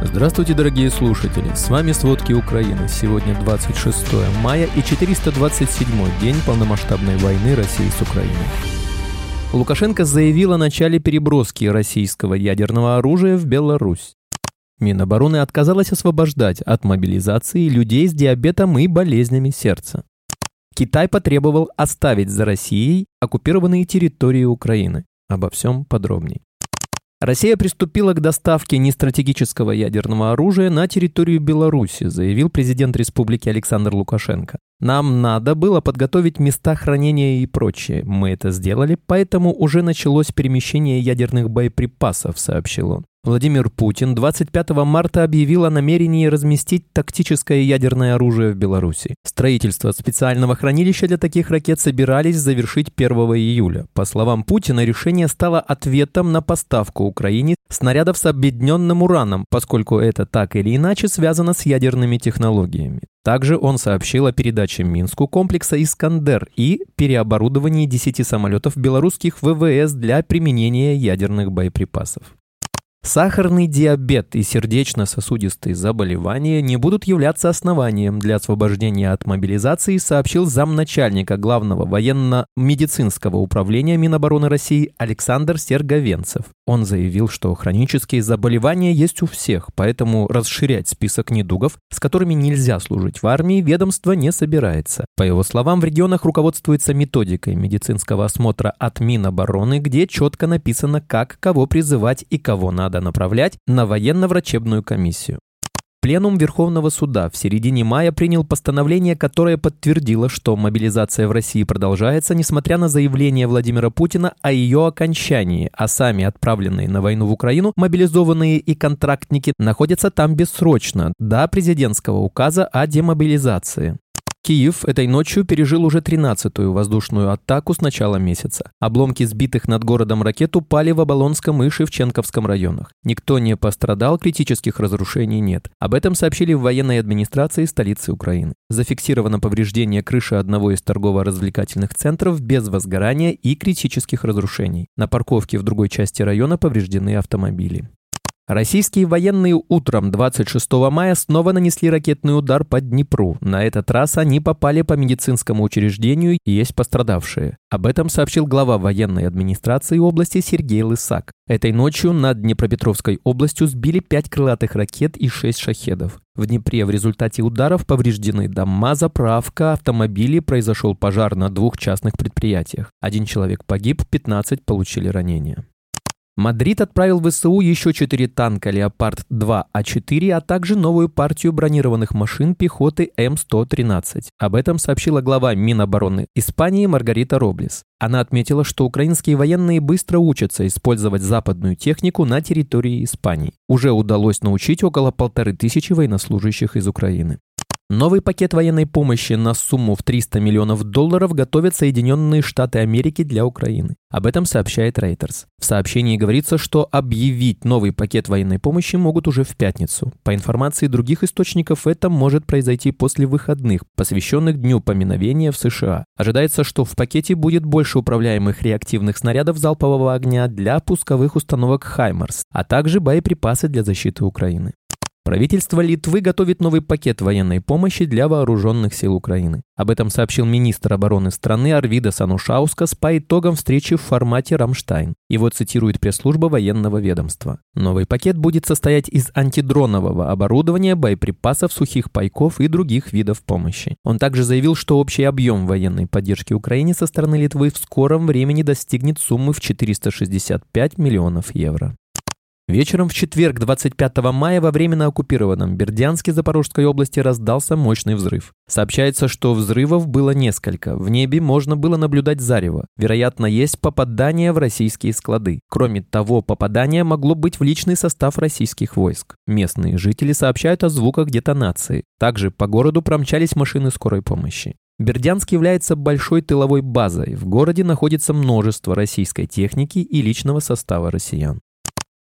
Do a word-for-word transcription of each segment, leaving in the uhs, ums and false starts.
Здравствуйте, дорогие слушатели! С вами «Сводки Украины». Сегодня двадцать шестое мая и четыреста двадцать седьмой день полномасштабной войны России с Украиной. Лукашенко заявил о начале переброски российского ядерного оружия в Беларусь. Минобороны отказалась освобождать от мобилизации людей с диабетом и болезнями сердца. Китай потребовал оставить за Россией оккупированные территории Украины. Обо всем подробней. Россия приступила к доставке нестратегического ядерного оружия на территорию Беларуси, заявил президент республики Александр Лукашенко. Нам надо было подготовить места хранения и прочее. Мы это сделали, поэтому уже началось перемещение ядерных боеприпасов, сообщил он. Владимир Путин двадцать пятого марта объявил о намерении разместить тактическое ядерное оружие в Беларуси. Строительство специального хранилища для таких ракет собирались завершить первого июля. По словам Путина, решение стало ответом на поставку Украине снарядов с объединенным ураном, поскольку это так или иначе связано с ядерными технологиями. Также он сообщил о передаче Минску комплекса «Искандер» и переоборудовании десяти самолетов белорусских ВВС для применения ядерных боеприпасов. Сахарный диабет и сердечно-сосудистые заболевания не будут являться основанием для освобождения от мобилизации, сообщил замначальника Главного военно-медицинского управления Минобороны России Александр Серговенцев. Он заявил, что хронические заболевания есть у всех, поэтому расширять список недугов, с которыми нельзя служить в армии, ведомство не собирается. По его словам, в регионах руководствуется методикой медицинского осмотра от Минобороны, где четко написано, как кого призывать и кого надо направлять на военно-врачебную комиссию. Пленум Верховного суда в середине мая принял постановление, которое подтвердило, что мобилизация в России продолжается, несмотря на заявление Владимира Путина о ее окончании, а сами отправленные на войну в Украину мобилизованные и контрактники находятся там бессрочно, до президентского указа о демобилизации. Киев этой ночью пережил уже тринадцатую воздушную атаку с начала месяца. Обломки сбитых над городом ракет упали в Оболонском и Шевченковском районах. Никто не пострадал, критических разрушений нет. Об этом сообщили в военной администрации столицы Украины. Зафиксировано повреждение крыши одного из торгово-развлекательных центров без возгорания и критических разрушений. На парковке в другой части района повреждены автомобили. Российские военные утром двадцать шестого мая снова нанесли ракетный удар по Днепру. На этот раз они попали по медицинскому учреждению, и есть пострадавшие. Об этом сообщил глава военной администрации области Сергей Лысак. Этой ночью над Днепропетровской областью сбили пять крылатых ракет и шесть шахедов. В Днепре в результате ударов повреждены дома, заправка, автомобили, произошел пожар на двух частных предприятиях. Один человек погиб, пятнадцать получили ранения. Мадрид отправил в ВСУ еще четыре танка «Леопард-два А четыре», а также новую партию бронированных машин пехоты М сто тринадцать. Об этом сообщила глава Минобороны Испании Маргарита Роблес. Она отметила, что украинские военные быстро учатся использовать западную технику на территории Испании. Уже удалось научить около полторы тысячи военнослужащих из Украины. Новый пакет военной помощи на сумму в триста миллионов долларов готовят Соединенные Штаты Америки для Украины. Об этом сообщает Reuters. В сообщении говорится, что объявить новый пакет военной помощи могут уже в пятницу. По информации других источников, это может произойти после выходных, посвященных Дню поминовения в США. Ожидается, что в пакете будет больше управляемых реактивных снарядов залпового огня для пусковых установок «Хаймарс», а также боеприпасы для защиты Украины. Правительство Литвы готовит новый пакет военной помощи для вооруженных сил Украины. Об этом сообщил министр обороны страны Арвидас Анушаускас по итогам встречи в формате «Рамштайн». Его цитирует пресс-служба военного ведомства. Новый пакет будет состоять из антидронового оборудования, боеприпасов, сухих пайков и других видов помощи. Он также заявил, что общий объем военной поддержки Украине со стороны Литвы в скором времени достигнет суммы в четыреста шестьдесят пять миллионов евро. Вечером в четверг, двадцать пятого мая, во временно оккупированном Бердянске Запорожской области раздался мощный взрыв. Сообщается, что взрывов было несколько. В небе можно было наблюдать зарево. Вероятно, есть попадание в российские склады. Кроме того, попадание могло быть в личный состав российских войск. Местные жители сообщают о звуках детонации. Также по городу промчались машины скорой помощи. Бердянск является большой тыловой базой. В городе находится множество российской техники и личного состава россиян.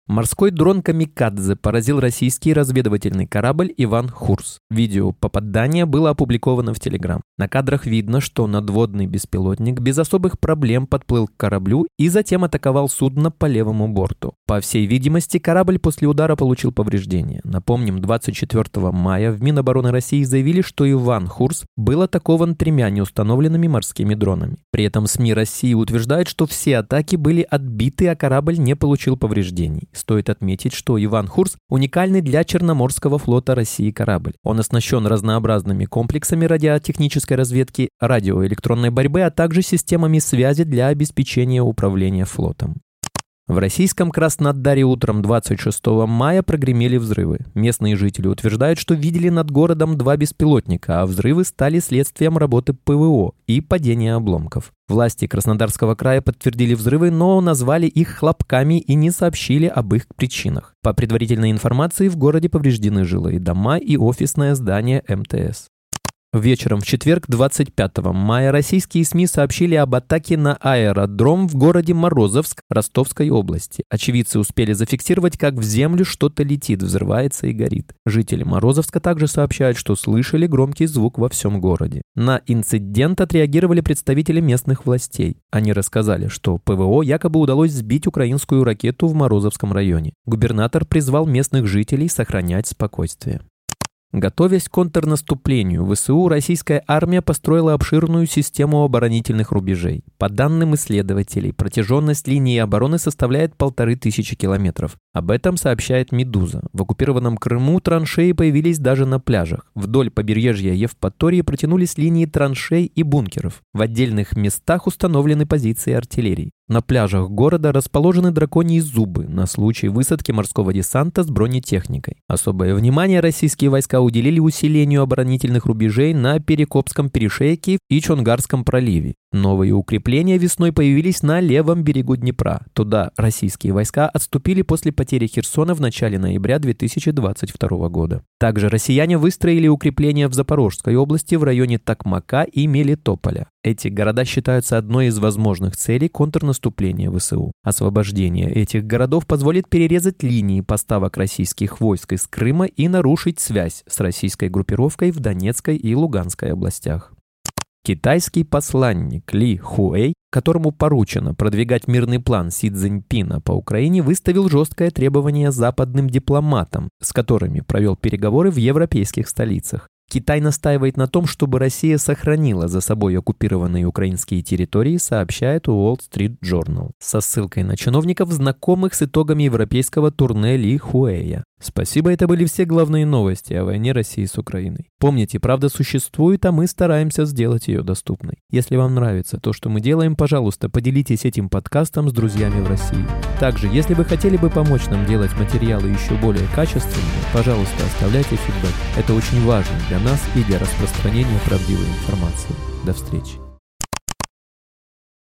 Морской дрон «Камикадзе» поразил российский разведывательный корабль «Иван Хурс». Видео попадания было опубликовано в Телеграм. На кадрах видно, что надводный беспилотник без особых проблем подплыл к кораблю и затем атаковал судно по левому борту. По всей видимости, корабль после удара получил повреждения. Напомним, двадцать четвёртого мая в Минобороны России заявили, что «Иван Хурс» был атакован тремя неустановленными морскими дронами. При этом СМИ России утверждают, что все атаки были отбиты, а корабль не получил повреждений. Стоит отметить, что «Иван Хурс» – уникальный для Черноморского флота России корабль. Он оснащен разнообразными комплексами радиотехнической разведки, радиоэлектронной борьбы, а также системами связи для обеспечения управления флотом. В российском Краснодаре утром двадцать шестого мая прогремели взрывы. Местные жители утверждают, что видели над городом два беспилотника, а взрывы стали следствием работы ПВО и падения обломков. Власти Краснодарского края подтвердили взрывы, но назвали их хлопками и не сообщили об их причинах. По предварительной информации, в городе повреждены жилые дома и офисное здание эм тэ эс. Вечером в четверг, двадцать пятого мая, российские СМИ сообщили об атаке на аэродром в городе Морозовск Ростовской области. Очевидцы успели зафиксировать, как в землю что-то летит, взрывается и горит. Жители Морозовска также сообщают, что слышали громкий звук во всем городе. На инцидент отреагировали представители местных властей. Они рассказали, что ПВО якобы удалось сбить украинскую ракету в Морозовском районе. Губернатор призвал местных жителей сохранять спокойствие. Готовясь к контрнаступлению, ВСУ российская армия построила обширную систему оборонительных рубежей. По данным исследователей, протяженность линии обороны составляет полторы тысячи километров. Об этом сообщает «Медуза». В оккупированном Крыму траншеи появились даже на пляжах. Вдоль побережья Евпатории протянулись линии траншей и бункеров. В отдельных местах установлены позиции артиллерии. На пляжах города расположены драконьи зубы на случай высадки морского десанта с бронетехникой. Особое внимание российские войска уделили усилению оборонительных рубежей на Перекопском перешейке и Чонгарском проливе. Новые укрепления весной появились на левом берегу Днепра. Туда российские войска отступили после потери Херсона в начале ноября две тысячи двадцать второго года. Также россияне выстроили укрепления в Запорожской области в районе Токмака и Мелитополя. Эти города считаются одной из возможных целей контрнаступления ВСУ. Освобождение этих городов позволит перерезать линии поставок российских войск из Крыма и нарушить связь с российской группировкой в Донецкой и Луганской областях. Китайский посланник Ли Хуэй, которому поручено продвигать мирный план Си Цзиньпина по Украине, выставил жесткое требование западным дипломатам, с которыми провел переговоры в европейских столицах. Китай настаивает на том, чтобы Россия сохранила за собой оккупированные украинские территории, сообщает Wall Street Journal, со ссылкой на чиновников, знакомых с итогами европейского турне Ли Хуэя. Спасибо, это были все главные новости о войне России с Украиной. Помните, правда существует, а мы стараемся сделать ее доступной. Если вам нравится то, что мы делаем, пожалуйста, поделитесь этим подкастом с друзьями в России. Также, если вы хотели бы помочь нам делать материалы еще более качественными, пожалуйста, оставляйте фидбэк. Это очень важно для нас и для распространения правдивой информации. До встречи.